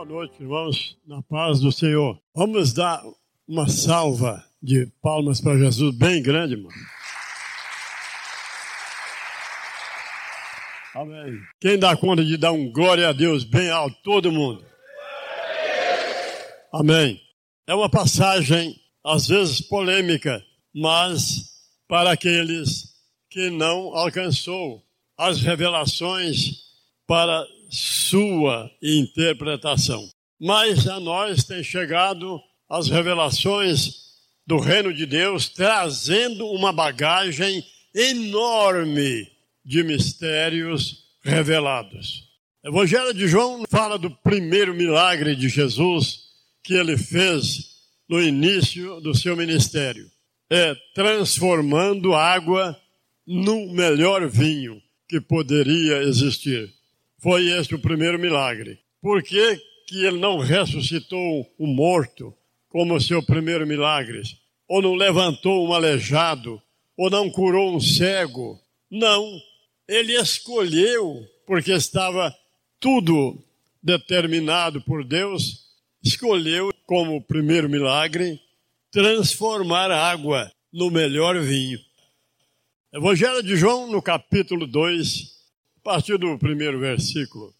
Boa noite, irmãos, na paz do Senhor. Vamos dar uma salva de palmas para Jesus bem grande, irmão. Amém. Quem dá conta de dar um glória a Deus bem alto? Todo mundo. Amém. É uma passagem, às vezes polêmica, mas para aqueles que não alcançou as revelações para sua interpretação. Mas a nós tem chegado as revelações do reino de Deus, trazendo uma bagagem enorme de mistérios revelados. O Evangelho de João fala do primeiro milagre de Jesus que ele fez no início do seu ministério. Transformando água no melhor vinho que poderia existir. Foi este o primeiro milagre. Por que ele não ressuscitou o morto como o seu primeiro milagre? Ou não levantou um aleijado? Ou não curou um cego? Não. Ele escolheu, porque estava tudo determinado por Deus, escolheu como primeiro milagre transformar água no melhor vinho. Evangelho de João, no capítulo 2, a partir do primeiro versículo.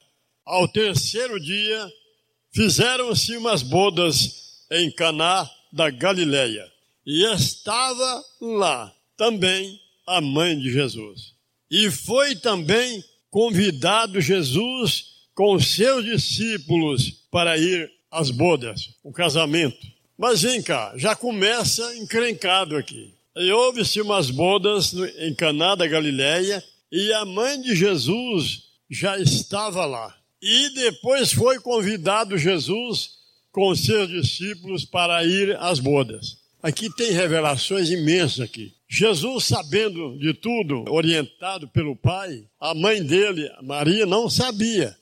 Ao terceiro dia, fizeram-se umas bodas em Caná da Galileia, e estava lá também a mãe de Jesus. E foi também convidado Jesus com os seus discípulos para ir às bodas, o casamento. Mas vem cá, já começa encrencado aqui. E houve-se umas bodas em Caná da Galileia, e a mãe de Jesus já estava lá. E depois foi convidado Jesus com os seus discípulos para ir às bodas. Aqui tem revelações imensas aqui. Jesus, sabendo de tudo, orientado pelo Pai, a mãe dele, Maria, não sabia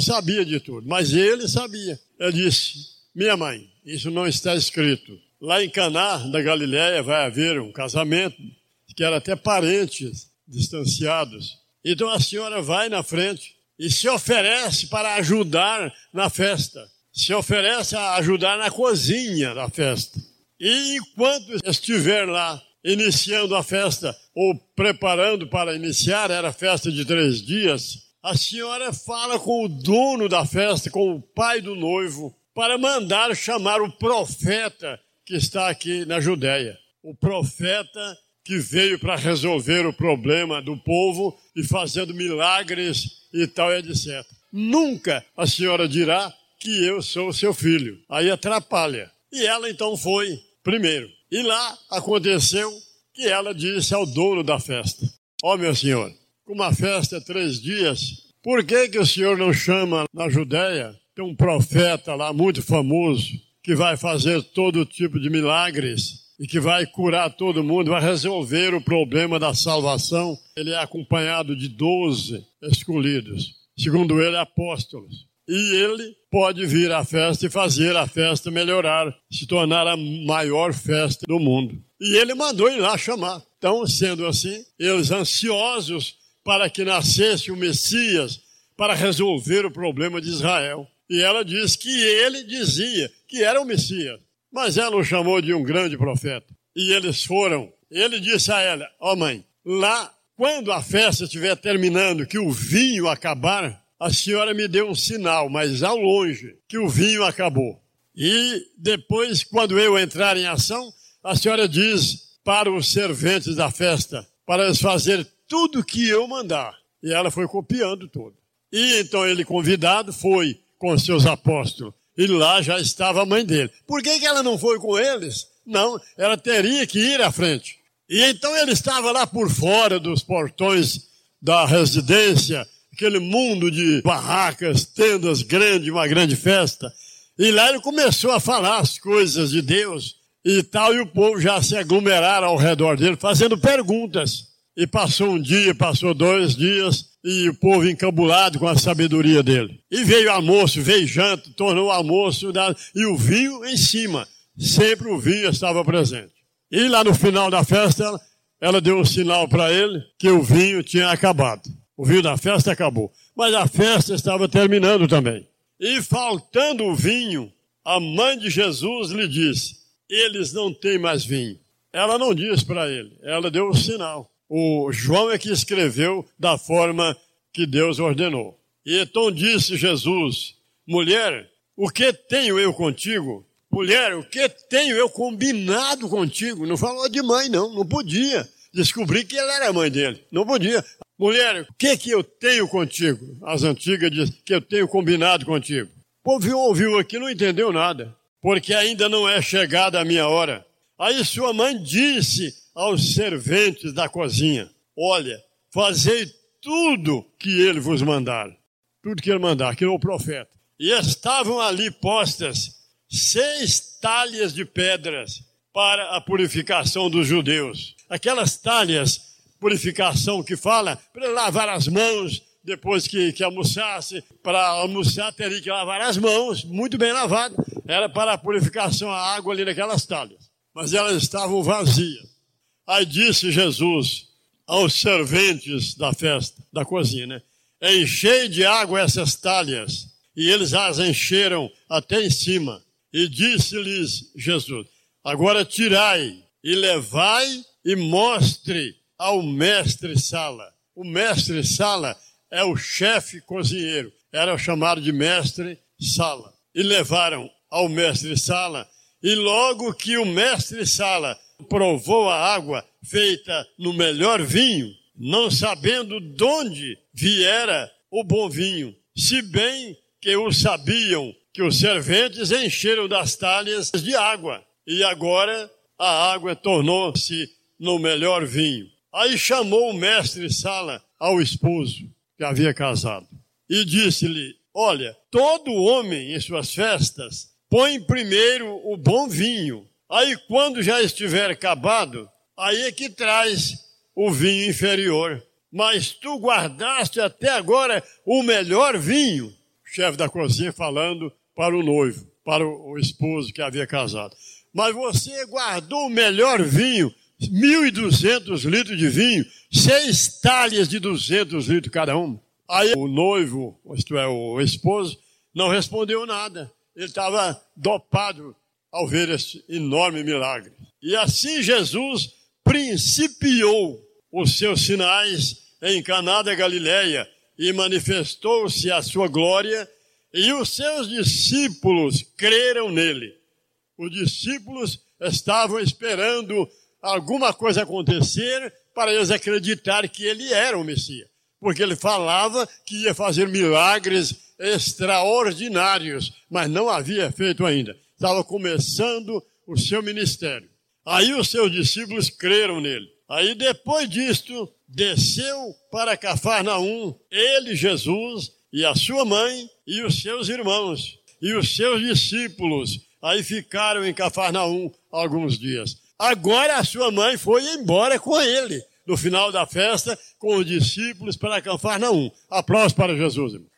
de tudo, mas ele sabia. Ele disse: minha mãe, isso não está escrito. Lá em Caná da Galileia vai haver um casamento, que era até parentes distanciados. Então a senhora vai na frente e se oferece para ajudar na festa. Se oferece a ajudar na cozinha da festa. E enquanto estiver lá iniciando a festa, ou preparando para iniciar, era festa de 3 dias, a senhora fala com o dono da festa, com o pai do noivo, para mandar chamar o profeta que está aqui na Judéia. O profeta que veio para resolver o problema do povo e fazendo milagres e tal, etc. Nunca a senhora dirá que eu sou seu filho. Aí atrapalha. E ela então foi primeiro. E lá aconteceu que ela disse ao dono da festa: ó, meu senhor, uma festa 3 dias, por que o senhor não chama na Judéia? Tem um profeta lá muito famoso que vai fazer todo tipo de milagres e que vai curar todo mundo, vai resolver o problema da salvação. Ele é acompanhado de 12 escolhidos, segundo ele, apóstolos. E ele pode vir à festa e fazer a festa melhorar, se tornar a maior festa do mundo. E ele mandou ir lá chamar. Então, sendo assim, eles ansiosos para que nascesse o Messias para resolver o problema de Israel. E ela diz que ele dizia que era o Messias, mas ela o chamou de um grande profeta. E eles foram. Ele disse a ela: ó mãe, lá, quando a festa estiver terminando, que o vinho acabar, a senhora me deu um sinal, mas ao longe, que o vinho acabou. E depois, quando eu entrar em ação, a senhora diz para os serventes da festa, para eles fazerem tudo o que eu mandar. E ela foi copiando tudo. E então ele, convidado, foi com seus apóstolos. E lá já estava a mãe dele. Por que ela não foi com eles? Não, ela teria que ir à frente. E então ele estava lá por fora dos portões da residência, aquele mundo de barracas, tendas grandes, uma grande festa. E lá ele começou a falar as coisas de Deus e tal, e o povo já se aglomeraram ao redor dele, fazendo perguntas. E passou um dia, passou 2 dias, e o povo encabulado com a sabedoria dele. E veio almoço, veio janta, tornou almoço, e o vinho em cima. Sempre o vinho estava presente. E lá no final da festa, ela deu um sinal para ele que o vinho tinha acabado. O vinho da festa acabou. Mas a festa estava terminando também. E faltando o vinho, a mãe de Jesus lhe disse: eles não têm mais vinho. Ela não disse para ele, ela deu o sinal. O João é que escreveu da forma que Deus ordenou. E então disse Jesus: mulher, o que tenho eu contigo? Mulher, o que tenho eu combinado contigo? Não falou de mãe, não podia. Descobri que ela era a mãe dele, não podia. Mulher, o que eu tenho contigo? As antigas dizem que eu tenho combinado contigo. O povo ouviu aqui, não entendeu nada, porque ainda não é chegada a minha hora. Aí sua mãe disse aos serventes da cozinha: olha, fazei tudo que ele vos mandar. Tudo que ele mandar, que é o profeta. E estavam ali postas 6 talhas de pedras para a purificação dos judeus. Aquelas talhas, purificação que fala, para lavar as mãos depois que almoçasse. Para almoçar teria que lavar as mãos, muito bem lavado. Era para a purificação, a água ali naquelas talhas. Mas elas estavam vazias. Aí disse Jesus aos serventes da festa, da cozinha, né? Enchei de água essas talhas. E eles as encheram até em cima. E disse-lhes Jesus: agora tirai e levai e mostre ao mestre-sala. O mestre-sala é o chefe cozinheiro. Era chamado de mestre-sala. E levaram ao mestre-sala. E logo que o mestre-sala provou a água feita no melhor vinho, não sabendo de onde viera o bom vinho, se bem que o sabiam, que os serventes encheram das talhas de água, e agora a água tornou-se no melhor vinho. Aí chamou o mestre-sala ao esposo, que havia casado, e disse-lhe: olha, todo homem em suas festas põe primeiro o bom vinho, aí quando já estiver acabado, aí é que traz o vinho inferior. Mas tu guardaste até agora o melhor vinho. O chefe da cozinha falando para o noivo, para o esposo que havia casado. Mas você guardou o melhor vinho, 1.200 litros de vinho, 6 talhas de 200 litros cada uma. Aí o noivo, isto é, o esposo, não respondeu nada. Ele estava dopado ao ver esse enorme milagre. E assim Jesus principiou os seus sinais em Caná da Galileia e manifestou-se a sua glória, e os seus discípulos creram nele. Os discípulos estavam esperando alguma coisa acontecer para eles acreditar que ele era o Messias, porque ele falava que ia fazer milagres extraordinários, mas não havia feito ainda. Estava começando o seu ministério. Aí os seus discípulos creram nele. Aí depois disto, desceu para Cafarnaum, ele, Jesus, e a sua mãe, e os seus irmãos, e os seus discípulos. Aí ficaram em Cafarnaum alguns dias. Agora a sua mãe foi embora com ele, no final da festa, com os discípulos para Cafarnaum. Aplausos para Jesus, irmão.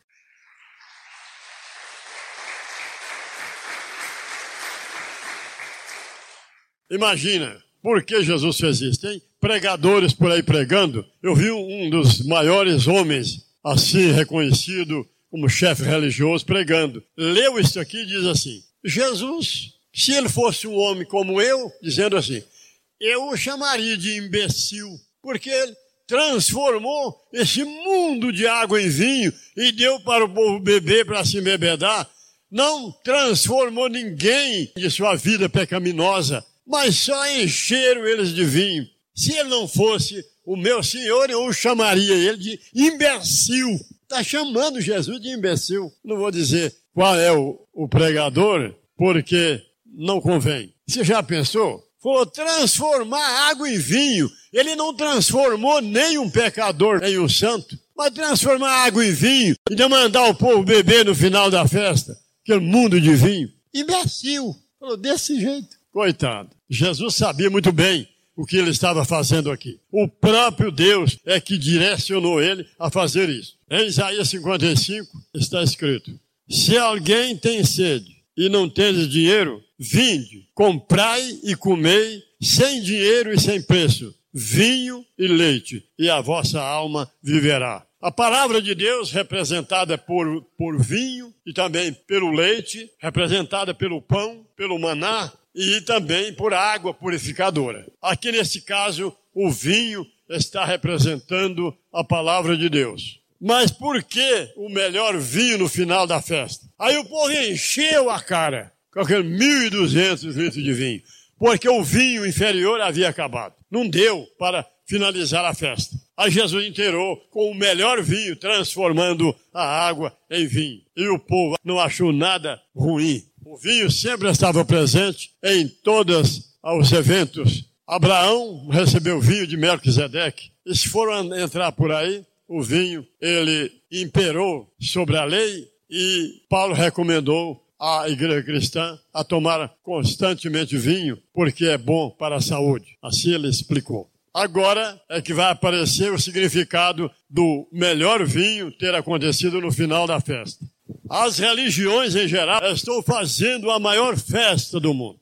Imagina, por que Jesus fez isso? Tem pregadores por aí pregando. Eu vi um dos maiores homens, assim reconhecido como chefe religioso, pregando. Leu isso aqui e diz assim: Jesus, se ele fosse um homem como eu, dizendo assim, eu o chamaria de imbecil, porque ele transformou esse mundo de água em vinho e deu para o povo beber para se embebedar. Não transformou ninguém de sua vida pecaminosa, mas só encheram eles de vinho. Se ele não fosse o meu Senhor, eu chamaria ele de imbecil. Está chamando Jesus de imbecil. Não vou dizer qual é o pregador, porque não convém. Você já pensou? Falou transformar água em vinho. Ele não transformou nem um pecador em um santo, mas transformar água em vinho e demandar o povo beber no final da festa. Aquele mundo de vinho. Imbecil. Falou desse jeito. Coitado. Jesus sabia muito bem o que ele estava fazendo aqui. O próprio Deus é que direcionou ele a fazer isso. Em Isaías 55 está escrito: se alguém tem sede e não tendes dinheiro, vinde, comprai e comei, sem dinheiro e sem preço, vinho e leite, e a vossa alma viverá. A palavra de Deus, representada por vinho e também pelo leite, representada pelo pão, pelo maná e também por água purificadora. Aqui nesse caso, o vinho está representando a palavra de Deus. Mas por que o melhor vinho no final da festa? Aí o povo encheu a cara com aqueles 1.200 litros de vinho, porque o vinho inferior havia acabado. Não deu para finalizar a festa. Aí Jesus inteirou com o melhor vinho, transformando a água em vinho. E o povo não achou nada ruim. O vinho sempre estava presente em todos os eventos. Abraão recebeu vinho de Melquisedeque. E se foram entrar por aí, o vinho, ele imperou sobre a lei e Paulo recomendou à igreja cristã a tomar constantemente vinho, porque é bom para a saúde. Assim ele explicou. Agora é que vai aparecer o significado do melhor vinho ter acontecido no final da festa. As religiões em geral estão fazendo a maior festa do mundo.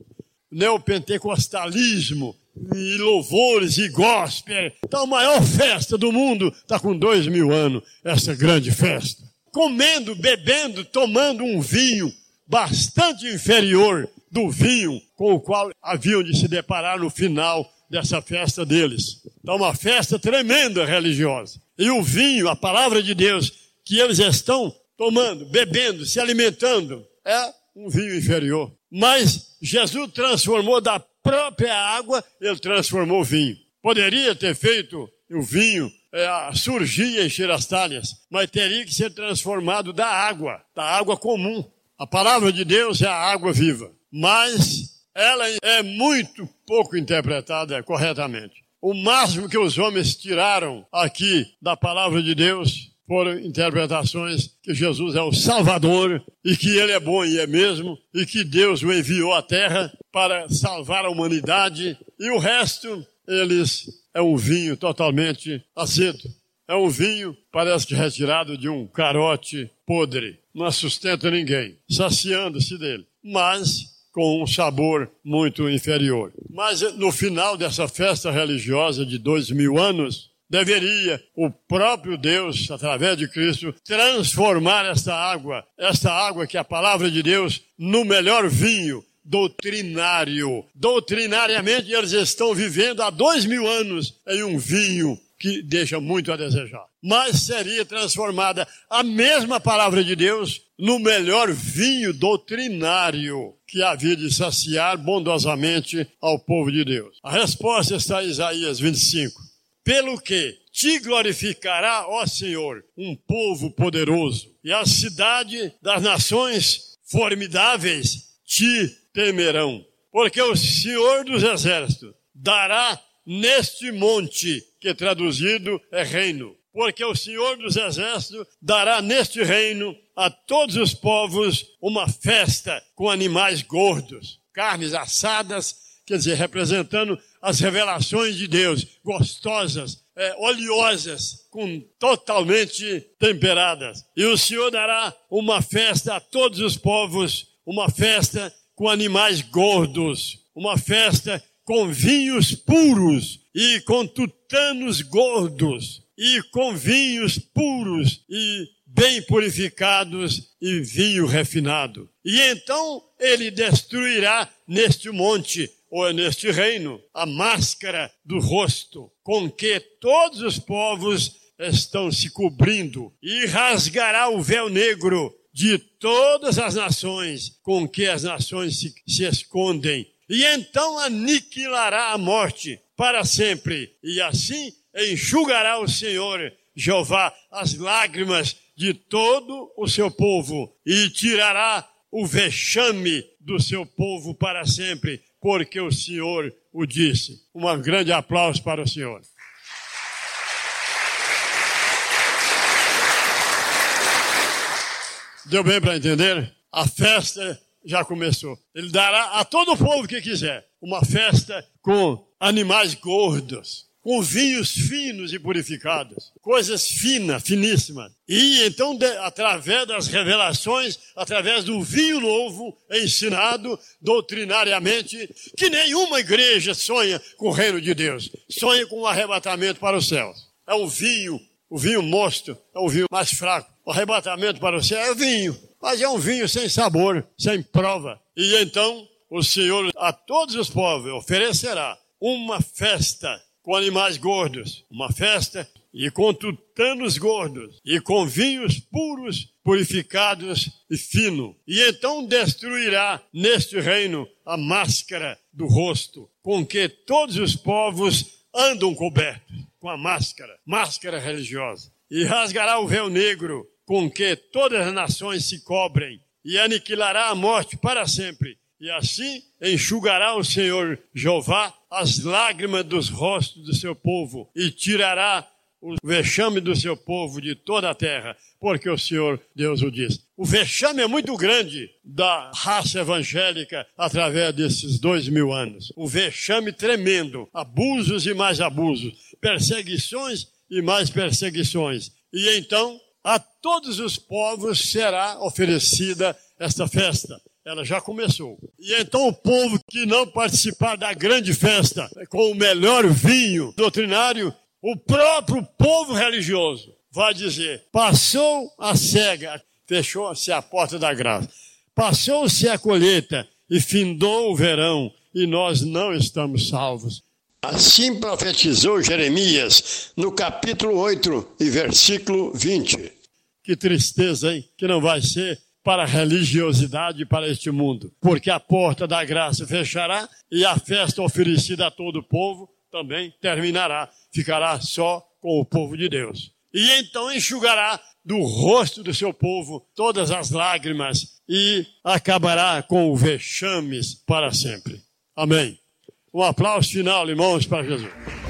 Neopentecostalismo, e louvores e gospel. Então a maior festa do mundo está com 2.000 anos, essa grande festa. Comendo, bebendo, tomando um vinho bastante inferior do vinho com o qual haviam de se deparar no final dessa festa deles. Então uma festa tremenda religiosa. E o vinho, a palavra de Deus, que eles estão tomando, bebendo, se alimentando, é um vinho inferior. Mas Jesus transformou da própria água, ele transformou o vinho. Poderia ter feito o vinho surgir e encher as talhas, mas teria que ser transformado da água comum. A palavra de Deus é a água viva, mas ela é muito pouco interpretada corretamente. O máximo que os homens tiraram aqui da palavra de Deus foram interpretações que Jesus é o Salvador e que ele é bom e é mesmo, e que Deus o enviou à terra para salvar a humanidade, e o resto, é um vinho totalmente azedo. É um vinho, parece que retirado de um carote podre, não sustenta ninguém, saciando-se dele, mas com um sabor muito inferior. Mas no final dessa festa religiosa de 2.000 anos, deveria o próprio Deus, através de Cristo, transformar esta água que é a palavra de Deus, no melhor vinho doutrinário. Doutrinariamente, eles estão vivendo há 2.000 anos em um vinho que deixa muito a desejar. Mas seria transformada a mesma palavra de Deus no melhor vinho doutrinário que havia de saciar bondosamente ao povo de Deus. A resposta está em Isaías 25. Pelo que te glorificará, ó Senhor, um povo poderoso, e a cidade das nações formidáveis te temerão. Porque o Senhor dos Exércitos dará neste monte, que traduzido é reino. Porque o Senhor dos Exércitos dará neste reino a todos os povos uma festa com animais gordos, carnes assadas, quer dizer, representando as revelações de Deus, gostosas, oleosas, totalmente temperadas. E o Senhor dará uma festa a todos os povos, uma festa com animais gordos, uma festa com vinhos puros e com tutanos gordos, e com vinhos puros e bem purificados e vinho refinado. E então ele destruirá neste monte, ou neste reino, a máscara do rosto, com que todos os povos estão se cobrindo, e rasgará o véu negro de todas as nações, com que as nações se escondem. E então aniquilará a morte para sempre, e assim enxugará o Senhor, Jeová, as lágrimas de todo o seu povo, e tirará o vexame do seu povo para sempre, porque o Senhor o disse. Um grande aplauso para o Senhor. Deu bem para entender? A festa já começou. Ele dará a todo o povo que quiser uma festa com animais gordos, com vinhos finos e purificados, coisas finíssimas. E então, através das revelações, através do vinho novo, ensinado doutrinariamente, que nenhuma igreja sonha com o reino de Deus, sonha com o arrebatamento para os céus. É um vinho O vinho mosto é um vinho mais fraco. O arrebatamento para você é vinho, mas é um vinho sem sabor, sem prova. E então o Senhor a todos os povos oferecerá uma festa com animais gordos, uma festa e com tutanos gordos, e com vinhos puros, purificados e fino. E então destruirá neste reino a máscara do rosto, com que todos os povos andam cobertos, com a máscara religiosa. E rasgará o véu negro, com que todas as nações se cobrem, e aniquilará a morte para sempre. E assim enxugará o Senhor Jeová as lágrimas dos rostos do seu povo, e tirará o vexame do seu povo de toda a terra, porque o Senhor Deus o diz. O vexame é muito grande da raça evangélica através desses 2000 anos. O vexame tremendo, abusos e mais abusos, perseguições e mais perseguições. E então, a todos os povos será oferecida esta festa. Ela já começou. E então o povo que não participar da grande festa, com o melhor vinho doutrinário, o próprio povo religioso vai dizer, passou a cega, fechou-se a porta da graça, passou-se a colheita e findou o verão, e nós não estamos salvos. Assim profetizou Jeremias no capítulo 8 e versículo 20. Que tristeza, hein? Que não vai ser para a religiosidade e para este mundo, porque a porta da graça fechará e a festa oferecida a todo o povo também terminará, ficará só com o povo de Deus. E então enxugará do rosto do seu povo todas as lágrimas e acabará com o vexames para sempre. Amém. Um aplauso final, irmãos, para Jesus.